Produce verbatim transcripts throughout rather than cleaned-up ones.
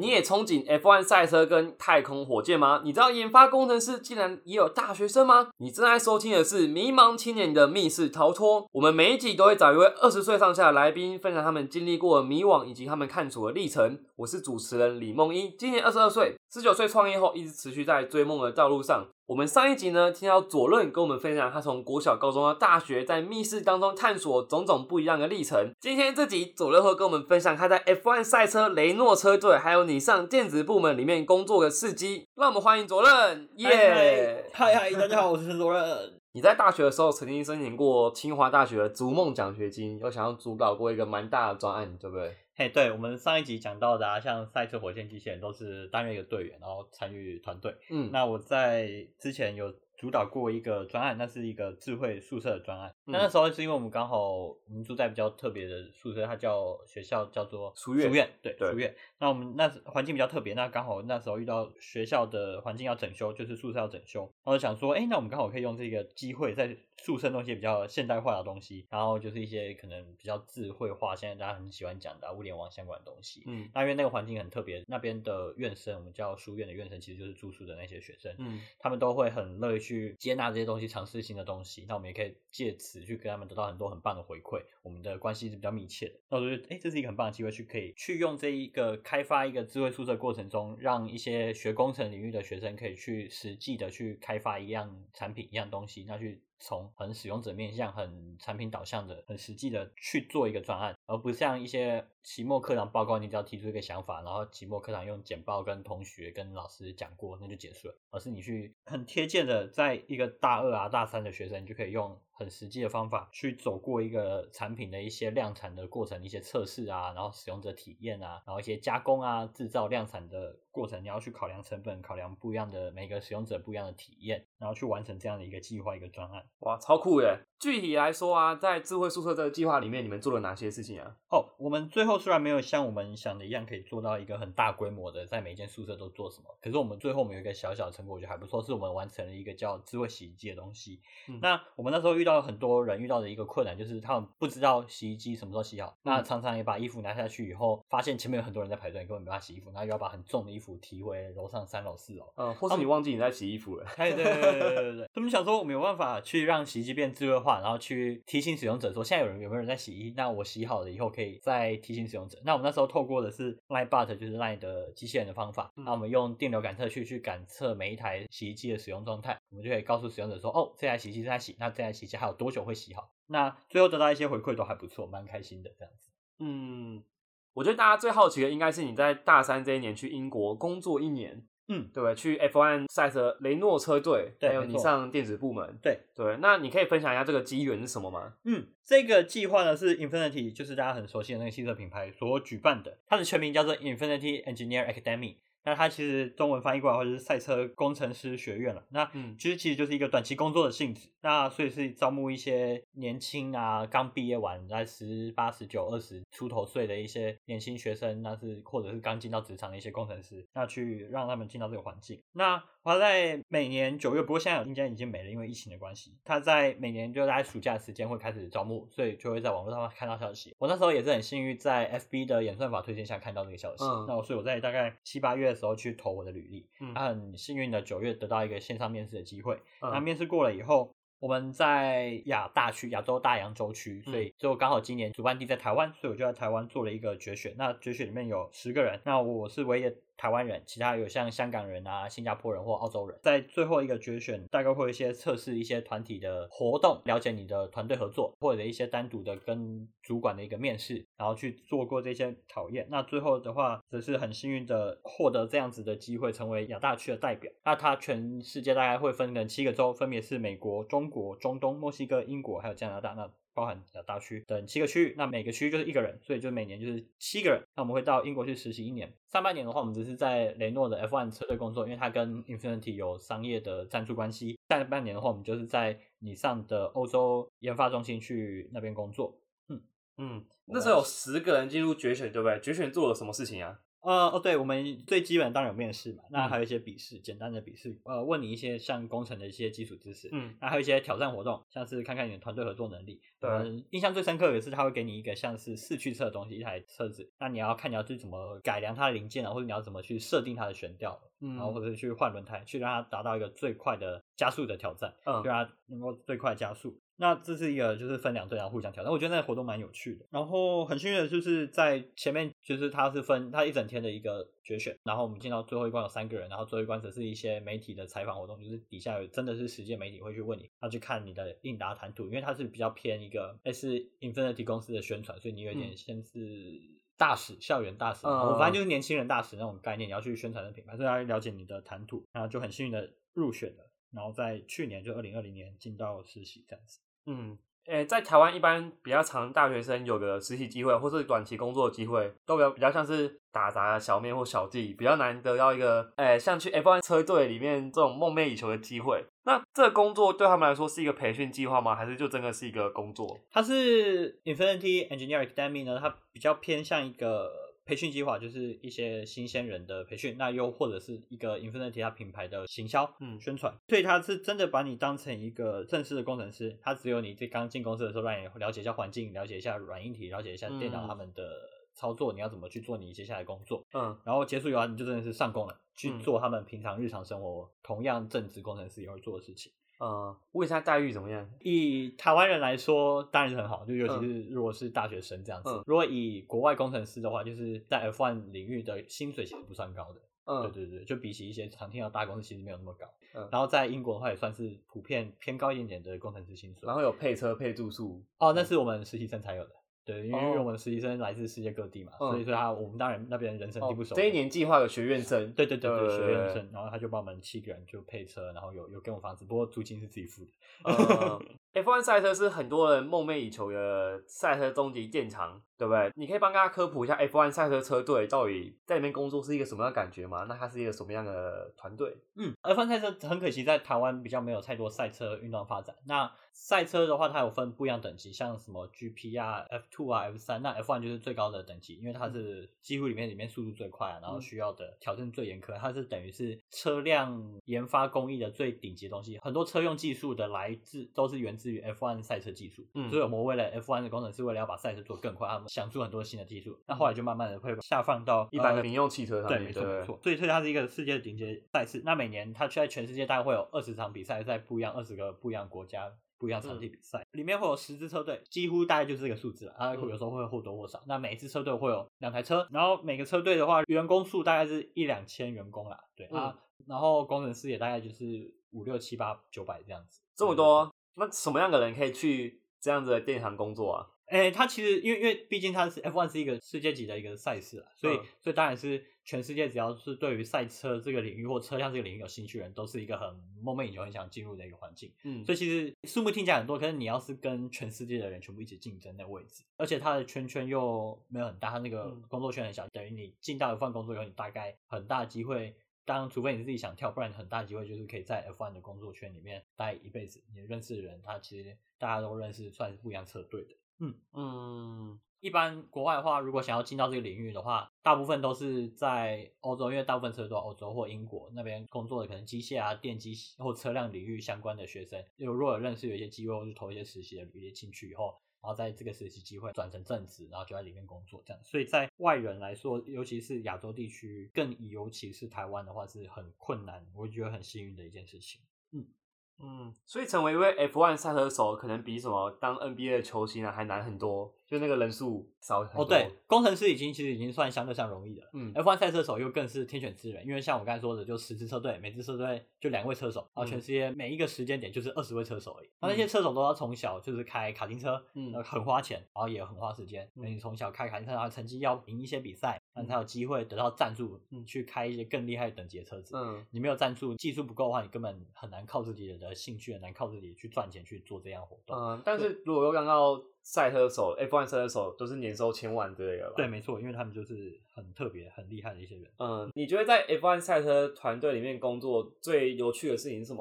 你也憧憬 F 一 赛车跟太空火箭吗？你知道研发工程师竟然也有大学生吗？你正在收听的是迷茫青年的密室逃脱。我们每一集都会找一位二十岁上下的来宾，分享他们经历过的迷惘以及他们看楚的历程。我是主持人李梦一，今年二十二岁，十九岁创业后一直持续在追梦的道路上。我们上一集呢，听到左任跟我们分享他从国小、高中到大学，在密室当中探索种种不一样的历程。今天这集左任会跟我们分享他在 F 一 赛车、雷诺车队，还有你上电子部门里面工作的事迹。让我们欢迎左任，耶！ 嗨嗨，大家好，我是左任。 你在大学的时候曾经申请过清华大学的逐梦奖学金，有想要主导过一个蛮大的专案，对不对？ 嘿，对，我们上一集讲到的啊，像赛车、火箭、机器人都是担任一个队员，然后参与团队。嗯，那我在之前有主导过一个专案，那是一个智慧宿舍的专案。嗯、那那时候是因为我们刚好我们住在比较特别的宿舍，它叫学校叫做书院， 书院对对书院。那我们那环境比较特别，那刚好那时候遇到学校的环境要整修，就是宿舍要整修，然后就想说，哎，那我们刚好可以用这个机会在宿舍弄一些比较现代化的东西，然后就是一些可能比较智慧化，现在大家很喜欢讲的、啊、物联网相关的东西。嗯，那因为那个环境很特别，那边的院生，我们叫书院的院生，其实就是住宿的那些学生，嗯，他们都会很乐意去接纳这些东西，尝试新的东西。那我们也可以借此去跟他们得到很多很棒的回馈，我们的关系是比较密切的。那我觉得，哎，这是一个很棒的机会，去可以去用这一个开发一个智慧宿舍过程中，让一些学工程领域的学生可以去实际的去开发一样产品、一样东西，那去从很使用者面向、很产品导向的、很实际的去做一个专案，而不像一些期末课堂报告，你只要提出一个想法，然后期末课堂用简报跟同学、跟老师讲过，那就结束了。而是你去很贴切的，在一个大二啊、大三的学生，你就可以用很实际的方法去走过一个产品的一些量产的过程、一些测试啊，然后使用者体验啊，然后一些加工啊、制造、量产的过程，你要去考量成本，考量不一样的每个使用者不一样的体验，然后去完成这样的一个计划、一个专案。 哇，超酷耶！具体来说啊，在智慧宿舍这个计划里面，你们做了哪些事情啊？ 哦，我们最后虽然没有像我们想的一样可以做到一个很大规模的在每间宿舍都做什么，可是我们最后我们有一个小小的成果，我觉得还不错，是我们完成了一个叫智慧洗衣机的东西。嗯、那我们那时候遇到很多人遇到的一个困难，就是他们不知道洗衣机什么时候洗好，嗯、那常常也把衣服拿下去以后，发现前面有很多人在排队，根本没办法洗衣服，然后又要把很重的衣服提回楼上三楼四楼， 嗯，或是你忘记你在洗衣服了。 对对对对对对，他们想说我们有办法去让洗衣机变智慧化，然后去提醒使用者说现在有人有没有人在洗衣，那我洗好了以后可以再提醒使用者。那我们那时候透过的是 LineBot， 就是 Line 的机器人的方法，嗯、那我们用电流感测器去感测每一台洗衣机的使用状态，我们就可以告诉使用者说，哦，这台洗衣机正在洗，那这台洗衣机还有多久会洗好，那最后得到一些回馈都还不错，蛮开心的这样子。 嗯，我觉得大家最好奇的应该是你在大三这一年去英国工作一年，嗯，对不对？去 F 一 赛车雷诺车队，还有你上电子部门， 对对。那你可以分享一下这个机缘是什么吗？ 嗯，这个计划呢是 Infinity， 就是大家很熟悉的那个汽车品牌所举办的，它的全名叫做 Infinity Engineer Academy。那它其实中文翻译过来或者是赛车工程师学院了。那其实其实就是一个短期工作的性质。那所以是招募一些年轻啊，刚毕业完在十八、十九、二十出头岁的一些年轻学生，那是或者是刚进到职场的一些工程师，那去让他们进到这个环境。那他在每年九月，不过现在应该已经没了，因为疫情的关系。他在每年就在暑假的时间会开始招募，所以就会在网络上看到消息。我那时候也是很幸运，在 F B 的演算法推荐下看到这个消息。嗯、那我所以我在大概七八月的时候去投我的履历，嗯、他很幸运的九月得到一个线上面试的机会。嗯、那面试过了以后，我们在亚大区亚洲大洋洲区，所以就刚好今年主办地在台湾，所以我就在台湾做了一个决选。那决选里面有十个人，那我是唯一的台湾人，其他有像香港人啊、新加坡人或澳洲人。在最后一个决选大概会有一些测试一些团体的活动，了解你的团队合作，或者一些单独的跟主管的一个面试，然后去做过这些考验。那最后的话则是很幸运的获得这样子的机会，成为亚大区的代表。那它全世界大概会分成七个州，分别是美国、中国、中东、墨西哥、英国还有加拿大，那包含亚大区等七个区域，那每个区域就是一个人，所以就每年就是七个人。那我们会到英国去实习一年。上半年的话，我们只是在雷诺的 F 一 车队工作，因为它跟 Infinity 有商业的赞助关系。下半年的话，我们就是在你上的欧洲研发中心去那边工作。 嗯嗯，那时候有十个人进入决选，对不对？决选做了什么事情啊？ 呃哦，对，我们最基本当然有面试嘛，那还有一些笔试，嗯、简单的笔试，呃，问你一些像工程的一些基础知识，嗯，那还有一些挑战活动，像是看看你的团队合作能力。对，嗯、印象最深刻的是他会给你一个像是四驱车的东西，一台车子，那你要看你要去怎么改良它的零件啊，或者你要怎么去设定它的悬吊，嗯，然后或者是去换轮胎，去让它达到一个最快的加速的挑战，嗯，就让它能够最快加速。那这是一个就是分两队然后互相挑战，我觉得那个活动蛮有趣的。然后很幸运的就是在前面就是它是分它一整天的一个决选，然后我们进到最后一关有三个人，然后最后一关则是一些媒体的采访活动，就是底下有真的是实际媒体会去问你，要去看你的应答谈吐，因为它是比较偏一个类似 Infinity 公司的宣传，所以你有点先是大使校园大使，我、嗯、反正就是年轻人大使那种概念，你要去宣传的品牌，所以要了解你的谈吐，然后就很幸运的入选了，然后在去年就二零二零年进到实习这样子。 嗯，诶，在台湾一般比较常大学生有个实习机会或是短期工作的机会，都比较比较像是打杂的小妹或小弟，比较难得到一个诶像去 F 一 车队里面这种梦寐以求的机会。那这个工作对他们来说是一个培训计划吗？还是就真的是一个工作？ 它是 Infinity Engineer Academy 呢，它比较偏向一个培训计划，就是一些新鲜人的培训，那又或者是一个 Infinity 它品牌的行销、嗯、宣传，所以它是真的把你当成一个正式的工程师，它只有你在刚进公司的时候让你了解一下环境，了解一下软硬体，了解一下电脑他们的操作，你要怎么去做你接下来的工作，嗯，然后结束以后你就真的是上工了，去做他们平常日常生活、嗯、同样正职工程师也会做的事情。 呃，问一下待遇怎么样？ 以台湾人来说当然是很好，就尤其是如果是大学生这样子、嗯、如果以国外工程师的话，就是在 F 一 领域的薪水其实不算高的，嗯，对对对，就比起一些常听到大公司其实没有那么高，嗯，然后在英国的话也算是普遍偏高一点点的工程师薪水， 然后有配车配住宿哦，那是我们实习生才有的，对，因为我们实习生来自世界各地嘛，嗯、所以说他我们当然那边人生地不熟、哦。 这一年计划有学院生， 对对对对，学院生，然后他就帮我们七个人就配车，然后有有给我房子，不过租金是自己付的。 呃、F 一 赛车是很多人梦寐以求的赛车终极殿堂，对不对？你可以帮大家科普一下 F 一 赛车车队到底在里面工作是一个什么样的感觉吗？那它是一个什么样的团队？ 嗯 ，F 一 赛车很可惜在台湾比较没有太多赛车运动发展。那赛车的话，它有分不一样等级，像什么 G P 啊、F 二 啊、F 三，那 F 一 就是最高的等级，因为它是几乎里面里面速度最快啊，然后需要的挑战最严苛，它是等于是车辆研发工艺的最顶级的东西，很多车用技术的来自都是源自于 F 一 赛车技术，嗯，所以我们为了 F 一 的工程师为了要把赛车做更快，他们想出很多新的技术，那后来就慢慢的会下放到一般的民用汽车上面， 对，没错没错，所以它是一个世界的顶级赛事，那每年它在全世界大概会有二十场比赛，在不一样二十个不一样国家不一样场地比赛、嗯、里面会有十支车队，几乎大概就是这个数字了，它有时候会或多或少、嗯、那每一支车队会有两台车，然后每个车队的话员工数大概是一两千员工啦，对、嗯、啊，然后工程师也大概就是五六七八九百这样子， 这么多，那什么样的人可以去这样子的殿堂工作啊？ 诶、欸，它其实因为因为毕竟它是 F 一 是一个世界级的一个赛事啦，所以、嗯、所以当然是全世界只要是对于赛车这个领域或车辆这个领域有兴趣的人，都是一个很梦寐以求很想进入的一个环境。嗯，所以其实数目听起来很多，可是你要是跟全世界的人全部一起竞争那个位置，而且它的圈圈又没有很大，它那个工作圈很小，嗯、等于你进到 F 一 工作以后，你大概很大的机会。当然除非你自己想跳，不然很大的机会就是可以在 F 一 的工作圈里面待一辈子。你认识的人，他其实大家都认识，算是不一样车队的。嗯嗯，一般国外的话，如果想要进到这个领域的话，大部分都是在欧洲，因为大部分车都在欧洲或英国那边工作的，可能机械啊、电机或车辆领域相关的学生，如果有认识有一些机会，或是投一些实习的履历进去以后。然后在这个实习机会转成正职，然后就在里面工作这样，所以在外人来说，尤其是亚洲地区，更尤其是台湾的话，是很困难，我觉得很幸运的一件事情。嗯嗯，所以成为一位 F 一 赛车手，可能比什么当 N B A 的球星啊还难很多，就那个人数少很多。 哦，对，工程师已经其实已经算相对上容易的。嗯 ，F 一 赛车手又更是天选之人，因为像我刚才说的，就十支车队，每支车队就两位车手，然后全世界每一个时间点就是二十位车手而已。那、嗯、那些车手都要从小就是开卡丁车，嗯，很花钱，然后也很花时间。那、嗯、你从小开卡丁车，然后成绩要赢一些比赛，那你才有机会得到赞助，嗯，去开一些更厉害等级的车子。嗯，你没有赞助，技术不够的话，你根本很难靠自己的兴趣，很难靠自己去赚钱去做这样活动。 嗯，但是如果又刚到赛车手 F 一 赛车手都是年收千万之类的吧？ 对，没错，因为他们就是很特别很厉害的一些人。 嗯，你觉得在 F 一 赛车团队里面工作最有趣的事情是什么？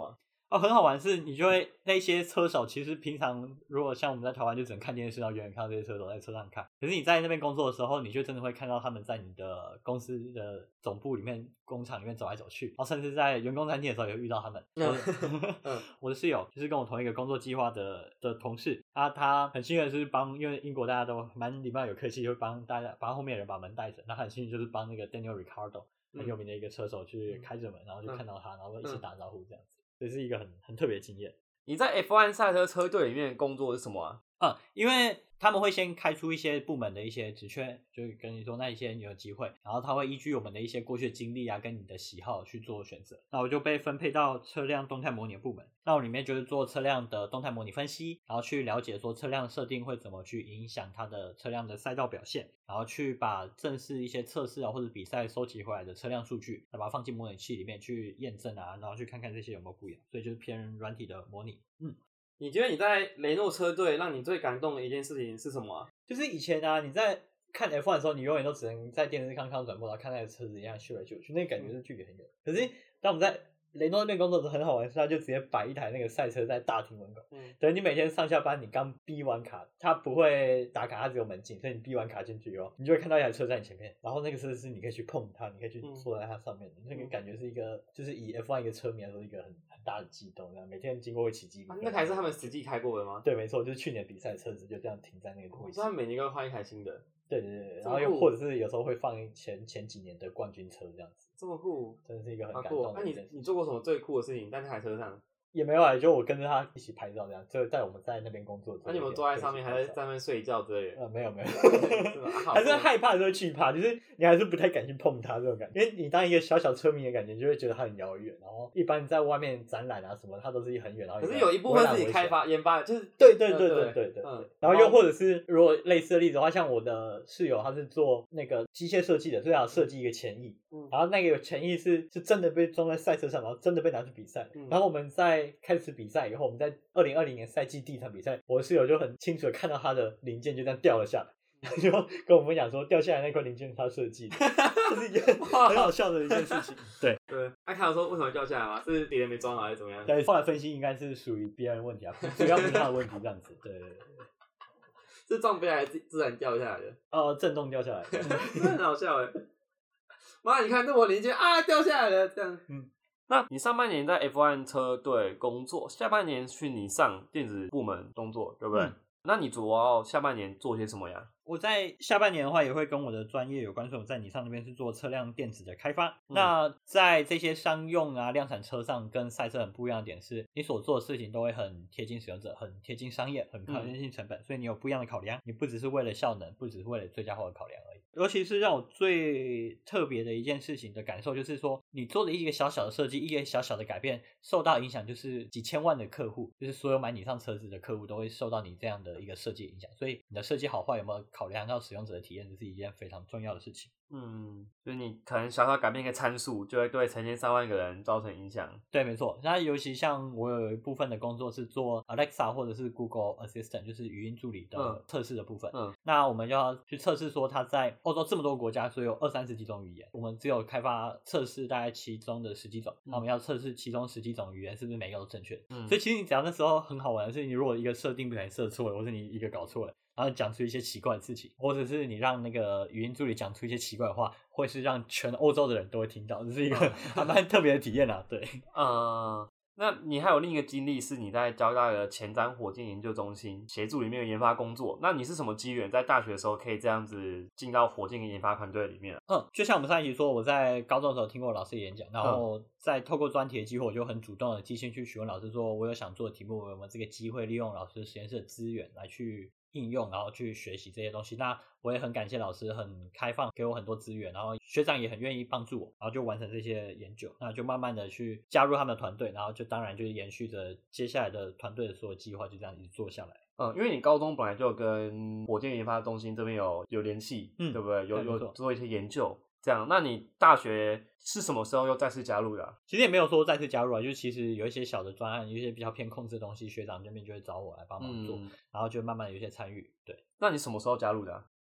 哦，很好玩是，你就会那些车手，其实平常如果像我们在台湾就只能看电视，然后远远看到这些车手在车上看。可是你在那边工作的时候，你就真的会看到他们在你的公司的总部里面、工厂里面走来走去，然后甚至在员工餐厅的时候也会遇到他们。我的, 嗯、我的室友就是跟我同一个工作计划的的同事，他他很幸运的是帮，因为英国大家都蛮礼貌有客气，就会帮大家帮后面的人把门带着。那很幸运就是帮那个 Daniel Ricciardo 很有名的一个车手去开着门，然后就看到他，然后一起打招呼这样子。这是一个很很特别的经验。 你在 F 一 赛车车队里面工作是什么啊？ 嗯，因为他们会先开出一些部门的一些职缺，就跟你说那一些你有机会，然后他会依据我们的一些过去的经历啊，跟你的喜好去做选择。那我就被分配到车辆动态模拟部门，那我里面就是做车辆的动态模拟分析，然后去了解说车辆设定会怎么去影响它的车辆的赛道表现，然后去把正式一些测试啊或者比赛收集回来的车辆数据，再把它放进模拟器里面去验证啊，然后去看看这些有没有不一样，所以就是偏软体的模拟。嗯。 你觉得你在雷诺车队让你最感动的一件事情是什么啊？ 就是以前啊，你在看 F 一 的时候，你永远都只能在电视上看到转播，然后看那个车子一样秀来秀去，那个感觉是距离很远。可是当我们在雷诺那边工作的时候很好玩，是他就直接摆一台那个赛车在大厅门口，嗯，等于你每天上下班，你刚逼完卡，他不会打卡，他只有门禁，所以你逼完卡进去哦，你就会看到一台车在你前面，然后那个车是你可以去碰它，你可以去坐在它上面的，嗯、那个感觉是一个，就是以 F 一 一个车迷来说一个很很大的激动，每天经过会起鸡皮。 啊，那台是他们实际开过的吗？ 对，没错，就是去年比赛的车子就这样停在那个位置， 所以他们每年都会换一台新的。 对对对，然后又或者是有时候会放前前几年的冠军车这样子， 这么酷， 真的是一个很感动的一件事。 那、啊、你你做过什么最酷的事情？在那台车上也没有啊，就我跟着他一起拍照这样，就在我们在那边工作。 那、啊、你们坐在上面，还是在那边睡觉之类的？ 呃，没有没有，还是害怕的时候惧怕，就是你还是不太敢去碰它这种感觉，因为你当一个小小车迷的感觉，就会觉得它很遥远，然后一般在外面展览啊什么，它都是很远，然后可是有一部分是你开发研发的，就是对对对对对对对、 嗯， 然后又或者是如果类似的例子的话，像我的室友他是做那个机械设计的，所以他设计一个前翼，嗯，然后那个前翼是是真的被装在赛车上，然后真的被拿去比赛，嗯、然后我们在开始比赛以后，我们在二零二零年赛季第一场比赛，我的室友就很清楚的看到他的零件就这样掉了下来，他就跟我们讲说掉下来那块零件是他设计的，这是一个很好笑的一件事情。对对，他看到说为什么掉下来吗？是别人没装好还是怎么样？ 对，后来分析应该是属于别人的问题啊，主要不是他的问题这样子。对对对， 是撞飞还是自然掉下来的？ 呃，震动掉下来的， 很好笑哎！妈，你看那我零件啊掉下来了，这样。嗯。那你上半年在 F 一 车队工作，下半年去你上电子部门工作，对不对？嗯、那你主要下半年做些什么呀？ 我在下半年的话也会跟我的专业有关，所以我在你上那边是做车辆电子的开发。嗯、那在这些商用啊量产车上跟赛车很不一样的点是，你所做的事情都会很贴近使用者，很贴近商业，很靠近成本，嗯、所以你有不一样的考量，你不只是为了效能，不只是为了最佳化的考量而已。尤其是让我最特别的一件事情的感受就是说，你做的一个小小的设计，一个小小的改变，受到影响就是几千万的客户，就是所有买你上车子的客户都会受到你这样的一个设计影响，所以你的设计好坏有没有考量到使用者的体验，这是一件非常重要的事情。 嗯，所以你可能小小改变一个参数，就会对成千上万个人造成影响。 对，没错。那尤其像我有一部分的工作是做 Alexa 或者是 Google Assistant， 就是语音助理的测试的部分。嗯，那我们就要去测试说它在欧洲这么多国家，所以有二三十几种语言，我们只有开发测试大概其中的十几种，那、嗯、我们要测试其中十几种语言是不是每个都正确的。嗯，所以其实你只要那时候很好玩的是，你如果一个设定不小心设错了，或是你一个搞错了，然后讲出一些奇怪的事情，或者是你让那个语音助理讲出一些奇怪的话，会是让全欧洲的人都会听到，这是一个还蛮特别的体验啊。对， 呃，那你还有另一个经历是你在交大的前瞻火箭研究中心协助里面的研发工作，那你是什么机缘在大学的时候可以这样子进到火箭研发团队里面？ 嗯，就像我们上一集说，我在高中的时候听过老师的演讲，然后再透过专题的机会，我就很主动的寄信去询问老师说，我有想做的题目，我有没有这个机会利用老师实验室的资源来去应用，然后去学习这些东西。那我也很感谢老师很开放给我很多资源，然后学长也很愿意帮助我，然后就完成这些研究，那就慢慢的去加入他们的团队，然后就当然就是延续着接下来的团队的所有计划，就这样一直做下来。 嗯，因为你高中本来就跟火箭研发中心这边有有联系，嗯，对不对？有有做一些研究这样。那你大学是什么时候又再次加入的啊？ 其实也没有说再次加入啊，就是其实有一些小的专案，有一些比较偏控制的东西，学长这边就会找我来帮忙做，嗯、然后就慢慢有一些参与。对， 那你什么时候加入的啊？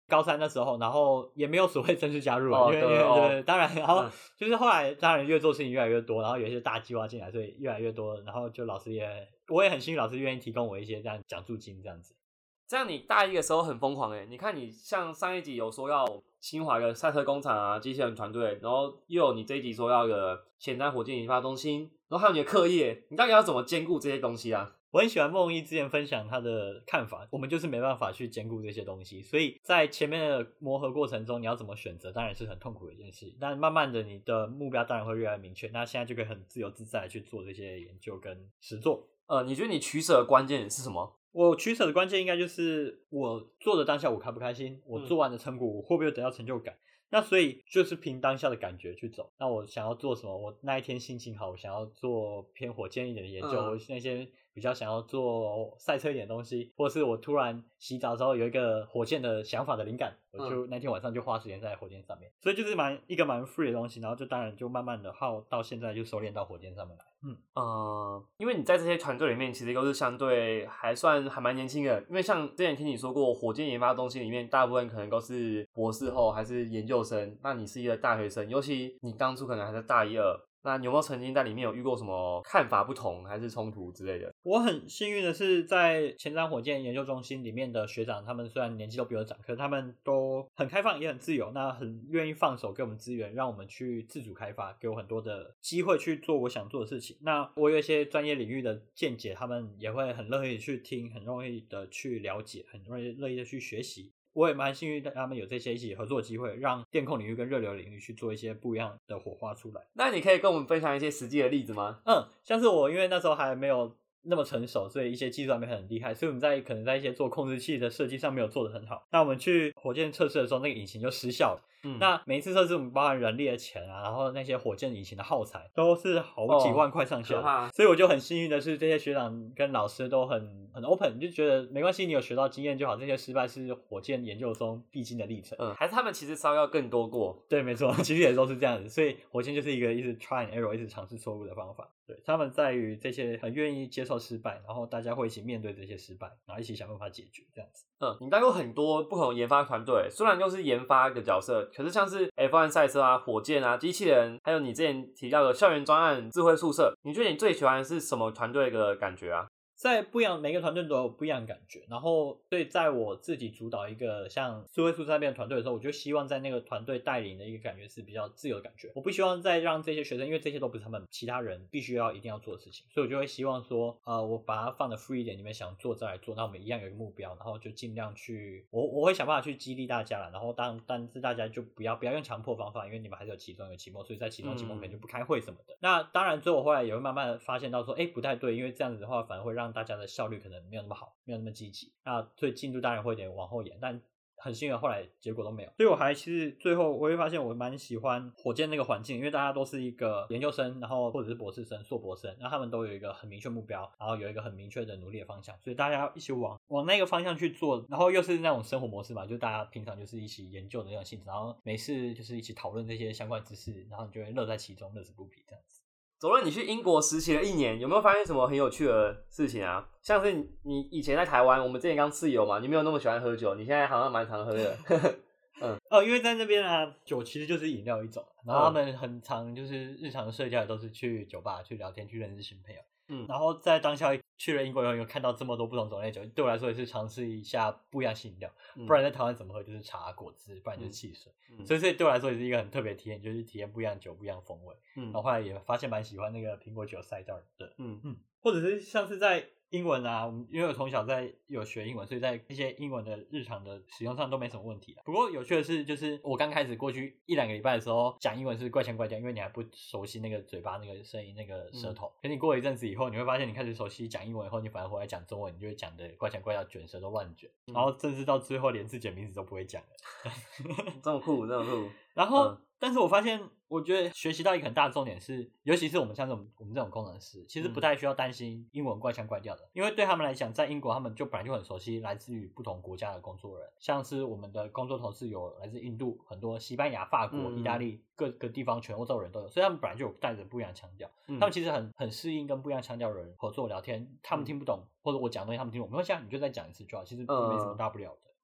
高三的时候，然后也没有所谓正式加入， 哦、 因为因为对、 哦、 对，当然，然后就是后来当然越做事情越来越多，然后有一些大计划进来，所以越来越多，然后就老师也我也很幸运，老师愿意提供我一些这样奖助金这样子。 这样你大一的时候很疯狂诶，你看你像上一集有说要清华的赛车工厂啊、机器人团队，然后又有你这一集说要个前瞻火箭研发中心，然后还有你的课业，你到底要怎么兼顾这些东西啊？ 我很喜欢梦一之前分享他的看法，我们就是没办法去兼顾这些东西，所以在前面的磨合过程中，你要怎么选择，当然是很痛苦的一件事。但慢慢的，你的目标当然会越来越明确，那现在就可以很自由自在的去做这些研究跟实作。 呃，你觉得你取舍的关键是什么？ 我取舍的关键应该就是我做的当下我开不开心，我做完的成果我会不会得到成就感。嗯，那所以就是凭当下的感觉去走。那我想要做什么，我那一天心情好，我想要做偏火箭一点的研究，嗯，我那些比较想要做赛车一点的东西，或者是我突然洗澡的时候有一个火箭的想法的灵感，我就那天晚上就花时间在火箭上面。所以就是蛮一个蛮 free 的东西，然后就当然就慢慢的耗到现在就收敛到火箭上面来。嗯呃，因为你在这些团队里面其实都是相对还算还蛮年轻的，因为像之前听你说过火箭研发东西里面大部分可能都是博士后还是研究生，那你是一个大学生，尤其你当初可能还在大一二，那你有没有曾经在里面有遇过什么看法不同还是冲突之类的？ 我很幸运的是在前瞻火箭研究中心里面的学长，他们虽然年纪都比我长，可是他们都很开放也很自由，那很愿意放手给我们资源，让我们去自主开发，给我很多的机会去做我想做的事情。那我有一些专业领域的见解，他们也会很乐意去听，很容易的去了解，很乐意乐意的去学习。我也蛮幸运的，他们有这些一起合作的机会，让电控领域跟热流领域去做一些不一样的火花出来。 那你可以跟我们分享一些实际的例子吗？ 嗯，像是我因为那时候还没有那么成熟，所以一些技术还没很厉害，所以我们在可能在一些做控制器的设计上没有做得很好。那我们去火箭测试的时候，那个引擎就失效了。嗯，那每一次测试我们包含人力的钱啊，然后那些火箭引擎的耗材都是好几万块上下，哦，所以我就很幸运的是这些学长跟老师都很很 open， 就觉得没关系，你有学到经验就好，这些失败是火箭研究中必经的历程。 嗯，还是他们其实稍要更多过。 对，没错，其实也都是这样子，所以火箭就是一个一直 try and error， 一直尝试错误的方法。对，他们在于这些很愿意接受失败，然后大家会一起面对这些失败，然后一起想办法解决这样子。 嗯，你带过很多不同的研发团队，虽然又是研发的角色，可是像是 F 一 赛车啊、火箭啊、机器人，还有你之前提到的校园专案、智慧宿舍，你觉得你最喜欢的是什么团队的感觉啊？ 在不一样每个团队都有不一样的感觉，然后所以在我自己主导一个像智慧宿舍那边的团队的时候，我就希望在那个团队带领的一个感觉是比较自由的感觉，我不希望再让这些学生，因为这些都不是他们其他人必须要一定要做的事情，所以我就会希望说呃，我把它放的 free 一点，你们想做再来做，那我们一样有一个目标，然后就尽量去我我会想办法去激励大家啦，然后当但是大家就不要不要用强迫方法，因为你们还是有期中有期末，所以在期中期末可能就不开会什么的。嗯，那当然最后我后来也会慢慢的发现到说哎不太对，因为这样子的话反而会让大家的效率可能可能没有那么好，没有那么积极，那所以进度当然会有点往后延，但很幸运后来结果都没有。所以我还其实最后我会发现我蛮喜欢火箭那个环境，因为大家都是一个研究生，然后或者是博士生、硕博生，那他们都有一个很明确目标，然后有一个很明确的努力的方向，所以大家一起往往那个方向去做，然后又是那种生活模式嘛，就大家平常就是一起研究的那种性质，然后没事就是一起讨论这些相关知识，然后你就会乐在其中，乐此不疲这样子。 左任，你去英国实习了一年，有没有发现什么很有趣的事情啊？像是你以前在台湾，我们之前刚室友嘛，你没有那么喜欢喝酒，你现在好像蛮常喝的。 嗯，哦，因为在那边啊，酒其实就是饮料一种，然后他们很常就是日常的社交也都是去酒吧去聊天，去认识新朋友。嗯，然后在当下去了英国以后，有看到这么多不同种类酒，对我来说也是尝试一下不一样新饮料，嗯，不然在台湾怎么喝就是茶、果汁，不然就是汽水，嗯，所以这对我来说也是一个很特别的体验，就是体验不一样的酒、不一样的风味。嗯，然后后来也发现蛮喜欢那个苹果酒赛道的，嗯嗯，或者是像是在英文啊，因为我从小在有学英文，所以在一些英文的日常的使用上都没什么问题。不过有趣的是，就是我刚开始过去一两个礼拜的时候，讲英文是怪腔怪调，因为你还不熟悉那个嘴巴、那个声音、那个舌头。可、嗯、你过了一阵子以后，你会发现你开始熟悉讲英文以后，你反而回来讲中文，你就会讲的怪腔怪调、卷舌都乱卷，嗯，然后甚至到最后连自己的名字都不会讲了。 这么酷，这么酷。 然后。嗯，但是我发现，我觉得学习到一个很大的重点是，尤其是我们像这种我们这种工程师，其实不太需要担心英文怪腔怪调的，因为对他们来讲，在英国他们就本来就很熟悉来自于不同国家的工作人，像是我们的工作同事有来自印度，很多西班牙、法国、嗯、意大利各个地方全欧洲人都有，所以他们本来就有带着不一样的腔调，嗯，他们其实很很适应跟不一样腔调的人合作聊天，他们听不懂，嗯，或者我讲的东西他们听不懂，没关系，你就再讲一次就好，其实没什么大不了的。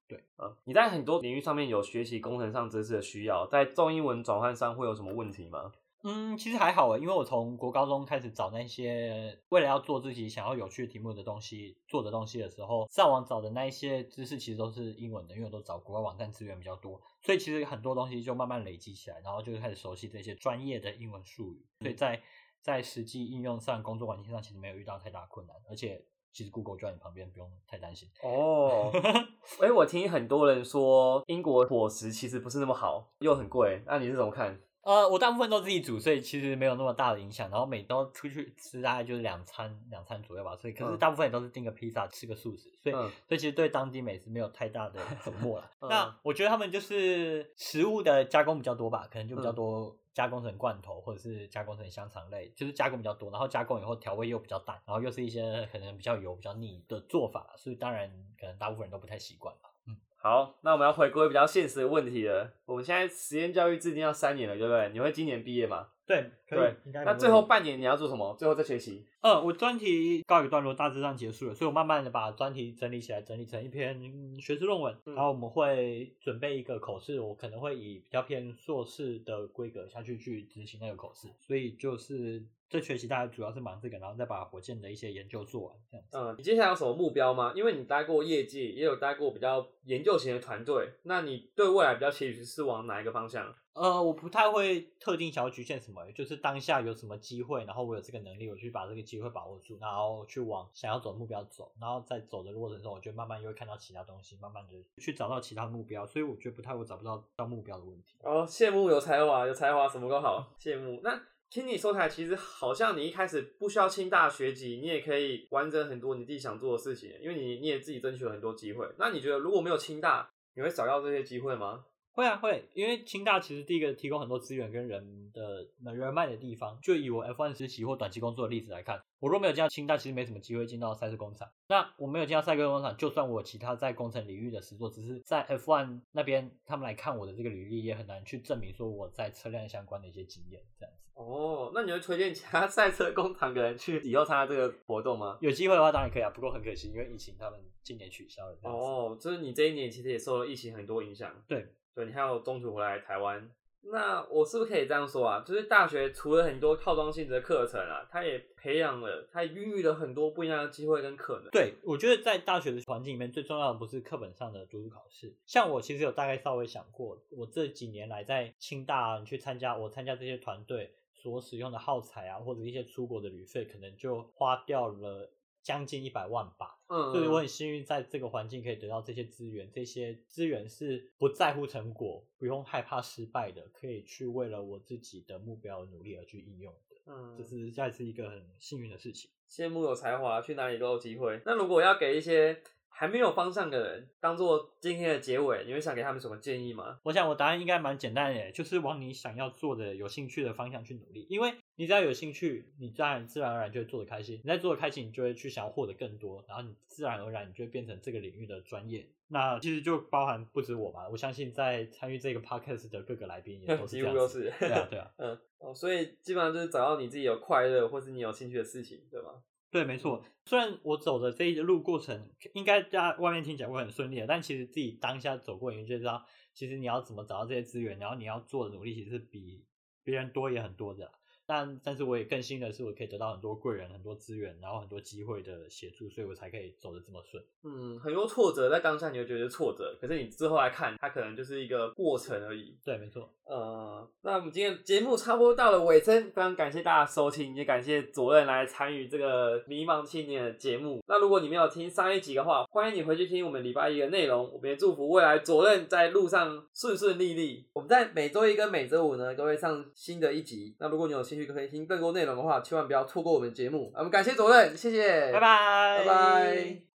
对， 嗯，你在很多领域上面有学习工程上知识的需要，在中英文转换上会有什么问题吗？ 嗯，其实还好诶，因为我从国高中开始找那些为了要做自己想要有趣的题目的东西做的东西的时候，上网找的那一些知识其实都是英文的，因为我都找国外网站资源比较多，所以其实很多东西就慢慢累积起来，然后就开始熟悉这些专业的英文术语，所以在在实际应用上、工作环境上其实没有遇到太大的困难，而且其实 Google 就在你旁边，不用太担心。 哦，哎，我听很多人说英国伙食其实不是那么好，又很贵，那你是怎么看？ 呃，我大部分都自己煮，所以其实没有那么大的影响。然后每周出去吃大概就是两餐两餐左右吧，所以可是大部分也都是订个披萨，吃个素食，所以、嗯、所以其实对当地美食没有太大的琢磨了。嗯、那我觉得他们就是食物的加工比较多吧，可能就比较多加工成罐头或者是加工成香肠类，就是加工比较多，然后加工以后调味又比较淡，然后又是一些可能比较油比较腻的做法，所以当然可能大部分人都不太习惯吧。嗯。 好，那我们要回归比较现实的问题了。我们现在实验教育制定要三年了，对不对？你会今年毕业吗？ 对，可以。 对，那最后半年你要做什么？最后这学期？ 嗯，我专题告一段落，大致上结束了，所以我慢慢的把专题整理起来，整理成一篇学士论文。嗯、然后我们会准备一个口试，我可能会以比较偏硕士的规格下去去执行那个口试，所以就是这学期大概主要是忙这个，然后再把火箭的一些研究做完这样子。 嗯，你接下来有什么目标吗？因为你待过业界，也有待过比较研究型的团队，那你对未来比较期许是往哪一个方向？ 呃，我不太会特定想要局限什么，就是当下有什么机会，然后我有这个能力，我去把这个机会把握住，然后去往想要走的目标走，然后在走的过程中，我觉得慢慢又会看到其他东西，慢慢的去找到其他目标，所以我觉得不太会找不到到目标的问题。 哦，羡慕有才华，有才华什么都好，羡慕。那听你说起来，其实好像你一开始不需要清大学籍，你也可以完成很多你自己想做的事情，因为你你也自己争取了很多机会。那你觉得如果没有清大，你会少要这些机会吗？ 会啊会，因为清大其实第一个提供很多资源跟人的人脉的地方，就以我 F 一 实习或短期工作的例子来看，我若没有进到清大，其实没什么机会进到赛事工厂。那我没有进到赛事工厂，就算我有其他在工程领域的实作，只是在 F 一 那边他们来看我的这个履历，也很难去证明说我在车辆相关的一些经验这样子。 哦，那你会推荐其他赛车工厂的人去以后参加这个活动吗？ 有机会的话当然可以啊，不过很可惜，因为疫情他们今年取消了这样子。 哦，就是你这一年其实也受了疫情很多影响。 对。 对，你还有中途回来台湾，那我是不是可以这样说啊？就是大学除了很多套装性质的课程啊，它也培养了，它也孕育了很多不一样的机会跟可能。 对，我觉得在大学的环境里面，最重要的不是课本上的读书考试。像我其实有大概稍微想过，我这几年来在清大去参加，我参加这些团队所使用的耗材啊，或者一些出国的旅费，可能就花掉了将近一百万吧。嗯，所以我很幸运在这个环境可以得到这些资源，这些资源是不在乎成果，不用害怕失败的，可以去为了我自己的目标努力而去应用的。嗯，这是再次一个很幸运的事情。 羡慕有才华，去哪里都有机会。那如果要给一些还没有方向的人当做今天的结尾，你会想给他们什么建议吗？ 我想我答案应该蛮简单的，就是往你想要做的有兴趣的方向去努力，因为你只要有兴趣，你自然自然而然就会做得开心，你在做得开心，你就会去想要获得更多，然后你自然而然你就会变成这个领域的专业。那其实就包含不止我嘛，我相信在参与这个 podcast 的各个来宾也都是这样子，几乎都是。 对啊对啊。 嗯，哦，所以基本上就是找到你自己有快乐或是你有兴趣的事情，对吗？ 对，没错。虽然我走的这一路过程应该在外面听起来会很顺利的，但其实自己当下走过，你就知道，其实你要怎么找到这些资源，然后你要做的努力其实是比别人多也很多的啦。但但是我也更幸的是，我可以得到很多贵人、很多资源，然后很多机会的协助，所以我才可以走得这么顺。 嗯，很多挫折在当下你会觉得是挫折，可是你之后来看，它可能就是一个过程而已。 对，没错。 呃，那我们今天的节目差不多到了尾声，非常感谢大家收听，也感谢左任来参与这个迷茫青年的节目。那如果你没有听上一集的话，欢迎你回去听我们礼拜一的内容。我们也祝福未来左任在路上顺顺利利。我们在每周一跟每周五呢都会上新的一集。那如果你有兴趣可以听更多内容的话，千万不要错过我们的节目。我们感谢左任，谢谢， 拜拜， 拜拜。